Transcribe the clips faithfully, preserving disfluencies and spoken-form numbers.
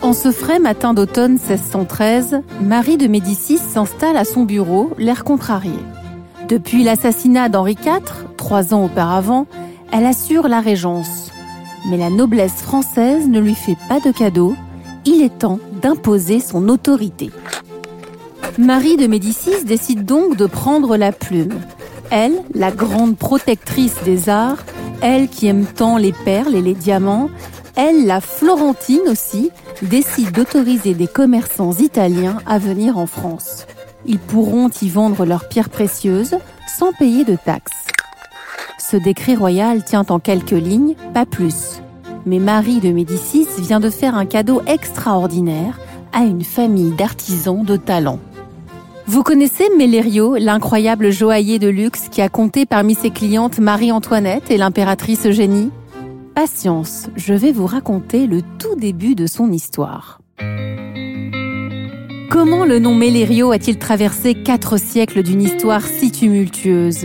En ce frais matin d'automne seize cent treize, Marie de Médicis s'installe à son bureau, l'air contrarié. Depuis l'assassinat d'Henri quatre, trois ans auparavant, elle assure la régence. Mais la noblesse française ne lui fait pas de cadeau. Il est temps d'imposer son autorité. Marie de Médicis décide donc de prendre la plume. Elle, la grande protectrice des arts, elle qui aime tant les perles et les diamants, elle, la Florentine aussi, décide d'autoriser des commerçants italiens à venir en France. Ils pourront y vendre leurs pierres précieuses sans payer de taxes. Ce décret royal tient en quelques lignes, pas plus. Mais Marie de Médicis vient de faire un cadeau extraordinaire à une famille d'artisans de talent. Vous connaissez Mellerio, l'incroyable joaillier de luxe qui a compté parmi ses clientes Marie-Antoinette et l'impératrice Eugénie ? Patience, je vais vous raconter le tout début de son histoire. Comment le nom Mellerio a-t-il traversé quatre siècles d'une histoire si tumultueuse ?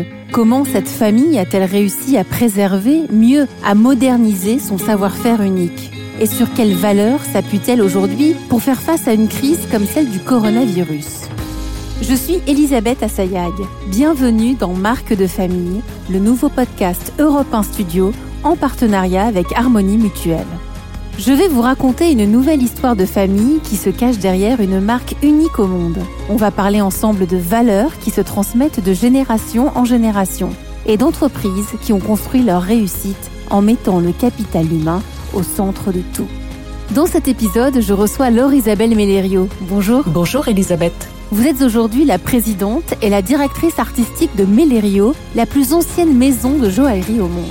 Comment cette famille a-t-elle réussi à préserver, mieux, à moderniser son savoir-faire unique ? Et sur quelles valeurs s'appuie-t-elle aujourd'hui pour faire face à une crise comme celle du coronavirus ? Je suis Elisabeth Assayag. Bienvenue dans Marque de famille, le nouveau podcast Europe un Studio en partenariat avec Harmonie Mutuelle. Je vais vous raconter une nouvelle histoire de famille qui se cache derrière une marque unique au monde. On va parler ensemble de valeurs qui se transmettent de génération en génération et d'entreprises qui ont construit leur réussite en mettant le capital humain au centre de tout. Dans cet épisode, je reçois Laure Isabelle Mellerio. Bonjour. Bonjour Elisabeth. Vous êtes aujourd'hui la présidente et la directrice artistique de Mellerio, la plus ancienne maison de joaillerie au monde.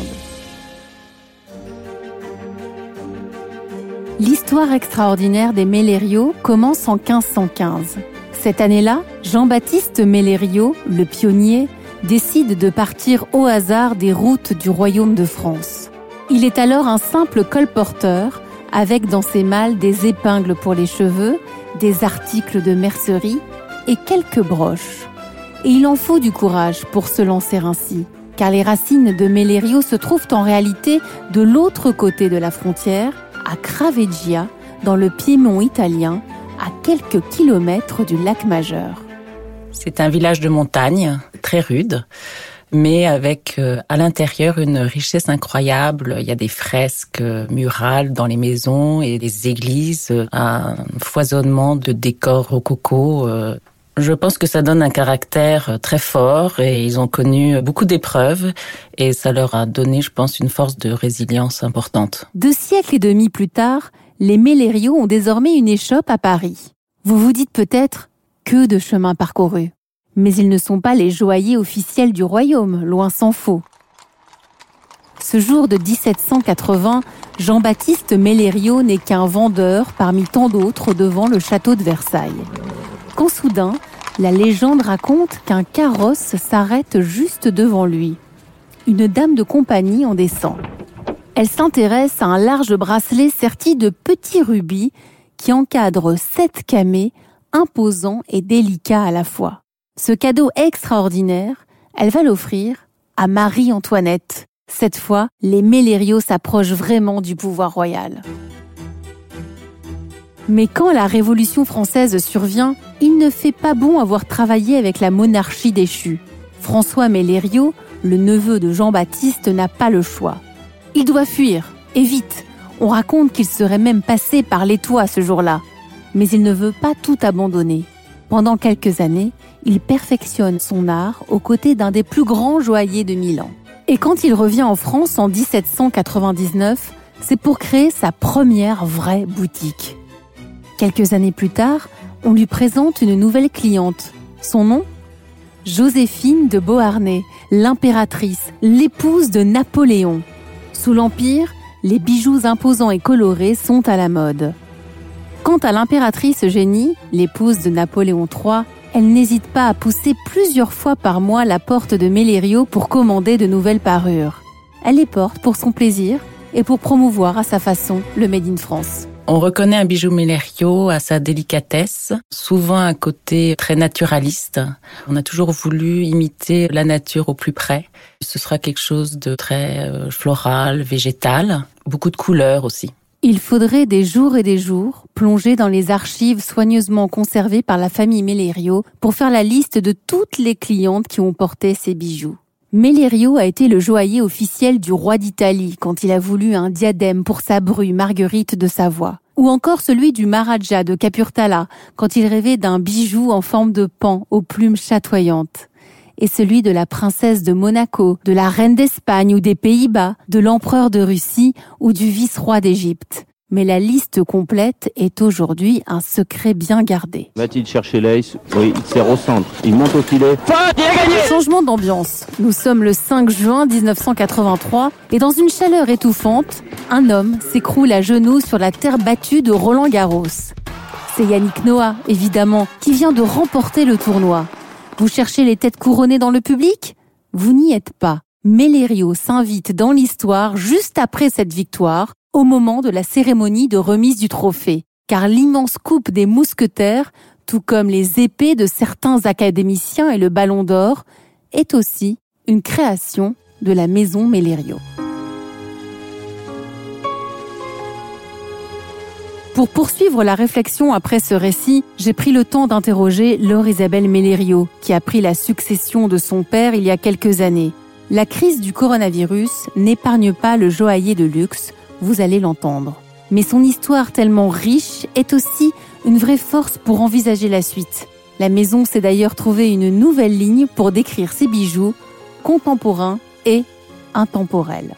L'histoire extraordinaire des Mellerio commence en quinze cent quinze. Cette année-là, Jean-Baptiste Mellerio, le pionnier, décide de partir au hasard des routes du royaume de France. Il est alors un simple colporteur, avec dans ses malles des épingles pour les cheveux, des articles de mercerie et quelques broches. Et il en faut du courage pour se lancer ainsi, car les racines de Mellerio se trouvent en réalité de l'autre côté de la frontière, à Craveggia, dans le Piémont italien, à quelques kilomètres du lac Majeur. C'est un village de montagne, très rude, mais avec euh, à l'intérieur une richesse incroyable. Il y a des fresques murales dans les maisons et des églises, un foisonnement de décors rococo. Euh, Je pense que ça donne un caractère très fort et ils ont connu beaucoup d'épreuves et ça leur a donné, je pense, une force de résilience importante. Deux siècles et demi plus tard, les Mellerio ont désormais une échoppe à Paris. Vous vous dites peut-être que de chemin parcouru. Mais ils ne sont pas les joailliers officiels du royaume, loin s'en faut. Ce jour de dix-sept cent quatre-vingts, Jean-Baptiste Mellerio n'est qu'un vendeur parmi tant d'autres devant le château de Versailles. Quand soudain, la légende raconte qu'un carrosse s'arrête juste devant lui. Une dame de compagnie en descend. Elle s'intéresse à un large bracelet serti de petits rubis qui encadre sept camées, imposants et délicats à la fois. Ce cadeau extraordinaire, elle va l'offrir à Marie-Antoinette. Cette fois, les Mellerio s'approchent vraiment du pouvoir royal. Mais quand la Révolution française survient, il ne fait pas bon avoir travaillé avec la monarchie déchue. François Mellerio, le neveu de Jean-Baptiste, n'a pas le choix. Il doit fuir, et vite. On raconte qu'il serait même passé par les toits ce jour-là. Mais il ne veut pas tout abandonner. Pendant quelques années, il perfectionne son art aux côtés d'un des plus grands joailliers de Milan. Et quand il revient en France en dix-sept cent quatre-vingt-dix-neuf, c'est pour créer sa première vraie boutique. Quelques années plus tard, on lui présente une nouvelle cliente. Son nom ? Joséphine de Beauharnais, l'impératrice, l'épouse de Napoléon. Sous l'Empire, les bijoux imposants et colorés sont à la mode. Quant à l'impératrice Eugénie, l'épouse de Napoléon trois, elle n'hésite pas à pousser plusieurs fois par mois la porte de Mellerio pour commander de nouvelles parures. Elle les porte pour son plaisir et pour promouvoir à sa façon le Made in France. On reconnaît un bijou Mellerio à sa délicatesse, souvent un côté très naturaliste. On a toujours voulu imiter la nature au plus près. Ce sera quelque chose de très floral, végétal, beaucoup de couleurs aussi. Il faudrait des jours et des jours plonger dans les archives soigneusement conservées par la famille Mellerio pour faire la liste de toutes les clientes qui ont porté ces bijoux. Mellerio a été le joaillier officiel du roi d'Italie quand il a voulu un diadème pour sa bru Marguerite de Savoie. Ou encore celui du Maharaja de Kapurthala quand il rêvait d'un bijou en forme de paon aux plumes chatoyantes. Et celui de la princesse de Monaco, de la reine d'Espagne ou des Pays-Bas, de l'empereur de Russie ou du vice-roi d'Égypte. Mais la liste complète est aujourd'hui un secret bien gardé. Va-t-il chercher l'ace ? Oui, il sert au centre. Il monte au filet. Faute, il a gagné ! Changement d'ambiance. Nous sommes le cinq juin dix-neuf cent quatre-vingt-trois et dans une chaleur étouffante, un homme s'écroule à genoux sur la terre battue de Roland-Garros. C'est Yannick Noah, évidemment, qui vient de remporter le tournoi. Vous cherchez les têtes couronnées dans le public ? Vous n'y êtes pas. Mellerio s'invite dans l'histoire juste après cette victoire, au moment de la cérémonie de remise du trophée, car l'immense coupe des mousquetaires, tout comme les épées de certains académiciens et le ballon d'or, est aussi une création de la maison Mellerio. Pour poursuivre la réflexion après ce récit, j'ai pris le temps d'interroger Laure Isabelle Mellerio, qui a pris la succession de son père il y a quelques années. La crise du coronavirus n'épargne pas le joaillier de luxe, vous allez l'entendre. Mais son histoire tellement riche est aussi une vraie force pour envisager la suite. La maison s'est d'ailleurs trouvé une nouvelle ligne pour décrire ses bijoux, contemporains et intemporels.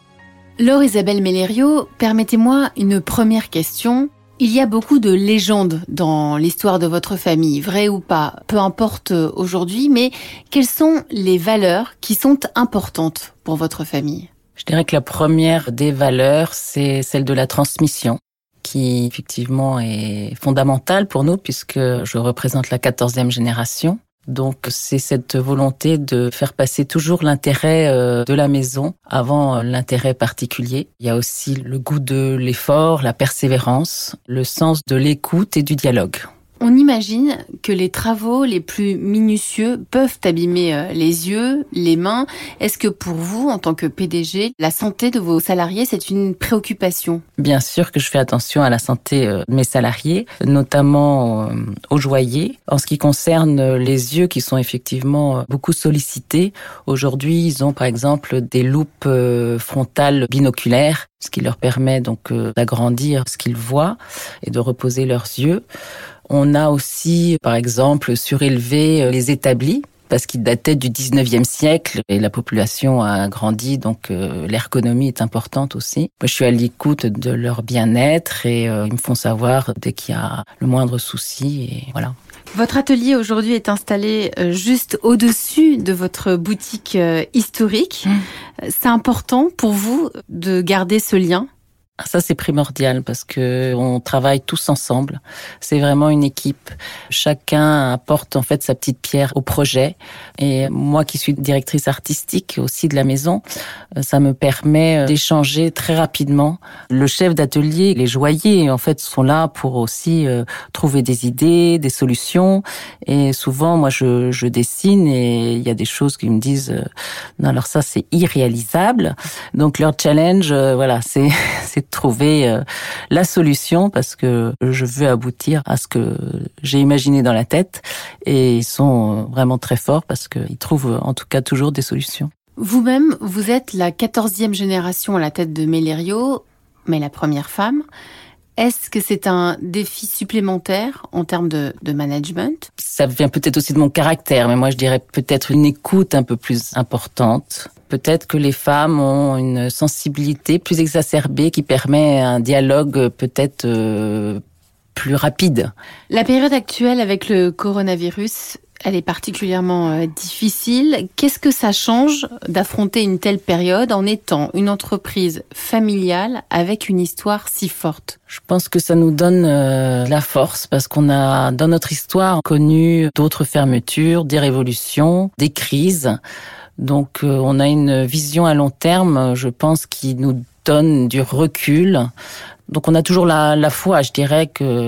Laure Isabelle Mellerio, permettez-moi une première question. Il y a beaucoup de légendes dans l'histoire de votre famille, vraies ou pas, peu importe aujourd'hui, mais quelles sont les valeurs qui sont importantes pour votre famille ? Je dirais que la première des valeurs, c'est celle de la transmission, qui effectivement est fondamentale pour nous puisque je représente la quatorzième génération. Donc c'est cette volonté de faire passer toujours l'intérêt de la maison avant l'intérêt particulier. Il y a aussi le goût de l'effort, la persévérance, le sens de l'écoute et du dialogue. On imagine que les travaux les plus minutieux peuvent abîmer les yeux, les mains. Est-ce que pour vous, en tant que P D G, la santé de vos salariés, c'est une préoccupation ? Bien sûr que je fais attention à la santé de mes salariés, notamment aux joailliers. En ce qui concerne les yeux qui sont effectivement beaucoup sollicités, aujourd'hui, ils ont par exemple des loupes frontales binoculaires, ce qui leur permet donc d'agrandir ce qu'ils voient et de reposer leurs yeux. On a aussi, par exemple, surélevé les établis parce qu'ils dataient du dix-neuvième siècle et la population a grandi, donc euh, l'ergonomie est importante aussi. Moi, je suis à l'écoute de leur bien-être et euh, ils me font savoir dès qu'il y a le moindre souci et voilà. Votre atelier aujourd'hui est installé juste au-dessus de votre boutique historique. Mmh. C'est important pour vous de garder ce lien ? Ça, c'est primordial parce que on travaille tous ensemble. C'est vraiment une équipe. Chacun apporte en fait sa petite pierre au projet. Et moi, qui suis directrice artistique aussi de la maison, ça me permet d'échanger très rapidement. Le chef d'atelier, les joailliers, en fait, sont là pour aussi euh, trouver des idées, des solutions. Et souvent, moi, je, je dessine et il y a des choses qui me disent euh, non, alors ça, c'est irréalisable. Donc leur challenge, euh, voilà, c'est c'est trouver euh, la solution parce que je veux aboutir à ce que j'ai imaginé dans la tête et ils sont vraiment très forts parce qu'ils trouvent en tout cas toujours des solutions. Vous-même, vous êtes la quatorzième génération à la tête de Mellerio, mais la première femme. Est-ce que c'est un défi supplémentaire en termes de, de management ? Ça vient peut-être aussi de mon caractère, mais moi je dirais peut-être une écoute un peu plus importante. Peut-être que les femmes ont une sensibilité plus exacerbée qui permet un dialogue peut-être euh, plus rapide. La période actuelle avec le coronavirus, elle est particulièrement euh, difficile. Qu'est-ce que ça change d'affronter une telle période en étant une entreprise familiale avec une histoire si forte ? Je pense que ça nous donne euh, la force parce qu'on a dans notre histoire connu d'autres fermetures, des révolutions, des crises. Donc euh, on a une vision à long terme, je pense, qui nous donne du recul. Donc on a toujours la, la foi, je dirais que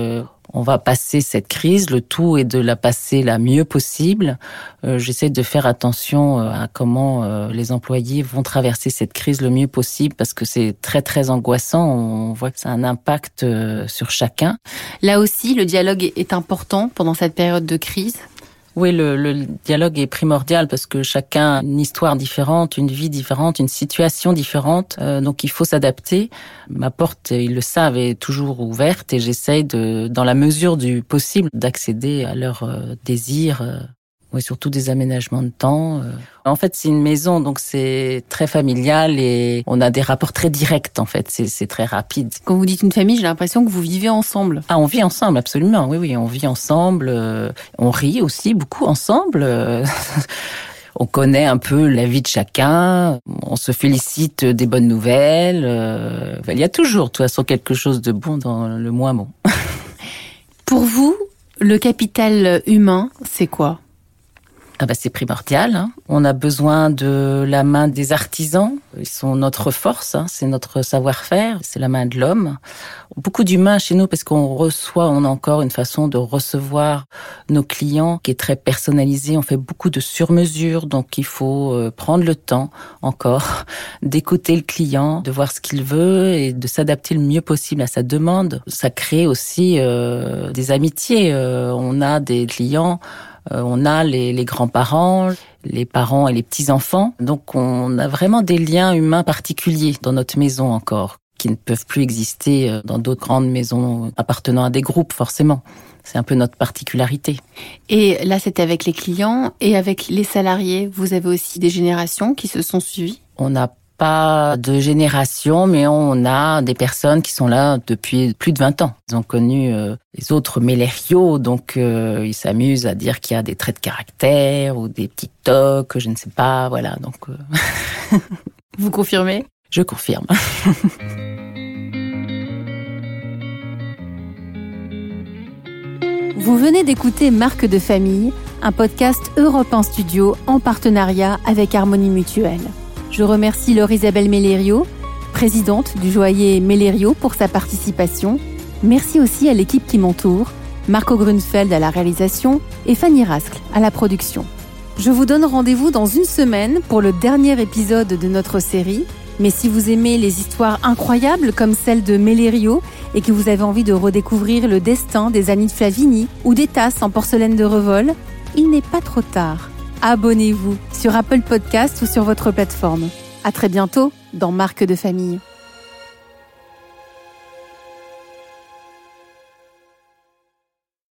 On va passer cette crise, le tout est de la passer la mieux possible. Euh, j'essaie de faire attention à comment euh, les employés vont traverser cette crise le mieux possible parce que c'est très très angoissant. On voit que ça a un impact euh, sur chacun. Là aussi, le dialogue est important pendant cette période de crise. Oui, le, le dialogue est primordial parce que chacun a une histoire différente, une vie différente, une situation différente. Euh, donc il faut s'adapter. Ma porte, ils le savent, est toujours ouverte et j'essaye de, dans la mesure du possible, d'accéder à leurs euh, désirs. Euh, oui, surtout des aménagements de temps. Euh. En fait, c'est une maison, donc c'est très familial et on a des rapports très directs, en fait. C'est, c'est très rapide. Quand vous dites une famille, j'ai l'impression que vous vivez ensemble. Ah, on vit ensemble, absolument. Oui, oui, on vit ensemble. Euh, on rit aussi beaucoup ensemble. Euh, on connaît un peu la vie de chacun. On se félicite des bonnes nouvelles. Euh, il y a toujours, de toute façon, quelque chose de bon dans le moins bon. Pour vous, le capital humain, c'est quoi ? Ah bah c'est primordial. Hein. On a besoin de la main des artisans. Ils sont notre force, hein. C'est notre savoir-faire, c'est la main de l'homme. Beaucoup d'humains chez nous parce qu'on reçoit, on a encore une façon de recevoir nos clients qui est très personnalisée. On fait beaucoup de sur-mesure, donc il faut prendre le temps encore d'écouter le client, de voir ce qu'il veut et de s'adapter le mieux possible à sa demande. Ça crée aussi euh, des amitiés. Euh, on a des clients. Euh, on a les, les grands-parents, les parents et les petits-enfants. Donc on a vraiment des liens humains particuliers dans notre maison encore, qui ne peuvent plus exister dans d'autres grandes maisons appartenant à des groupes, forcément. C'est un peu notre particularité. Et là, c'était avec les clients et avec les salariés. Vous avez aussi des générations qui se sont suivies ? On n'a pas de génération, mais on a des personnes qui sont là depuis plus de vingt ans. Ils ont connu euh, les autres Mellerio, donc euh, ils s'amusent à dire qu'il y a des traits de caractère ou des petits tocs, je ne sais pas, voilà. Donc, euh... Vous confirmez ? Je confirme. Vous venez d'écouter Marque de famille, un podcast Europe un Studio en partenariat avec Harmonie Mutuelle. Je remercie Laure Isabelle Mellerio, présidente du joaillier Mellerio, pour sa participation. Merci aussi à l'équipe qui m'entoure, Marco Grunfeld à la réalisation et Fanny Rascle à la production. Je vous donne rendez-vous dans une semaine pour le dernier épisode de notre série. Mais si vous aimez les histoires incroyables comme celle de Mellerio et que vous avez envie de redécouvrir le destin des Annie de Flavigny ou des tasses en porcelaine de Revol, il n'est pas trop tard. Abonnez-vous sur Apple Podcast ou sur votre plateforme. À très bientôt dans Marque de famille.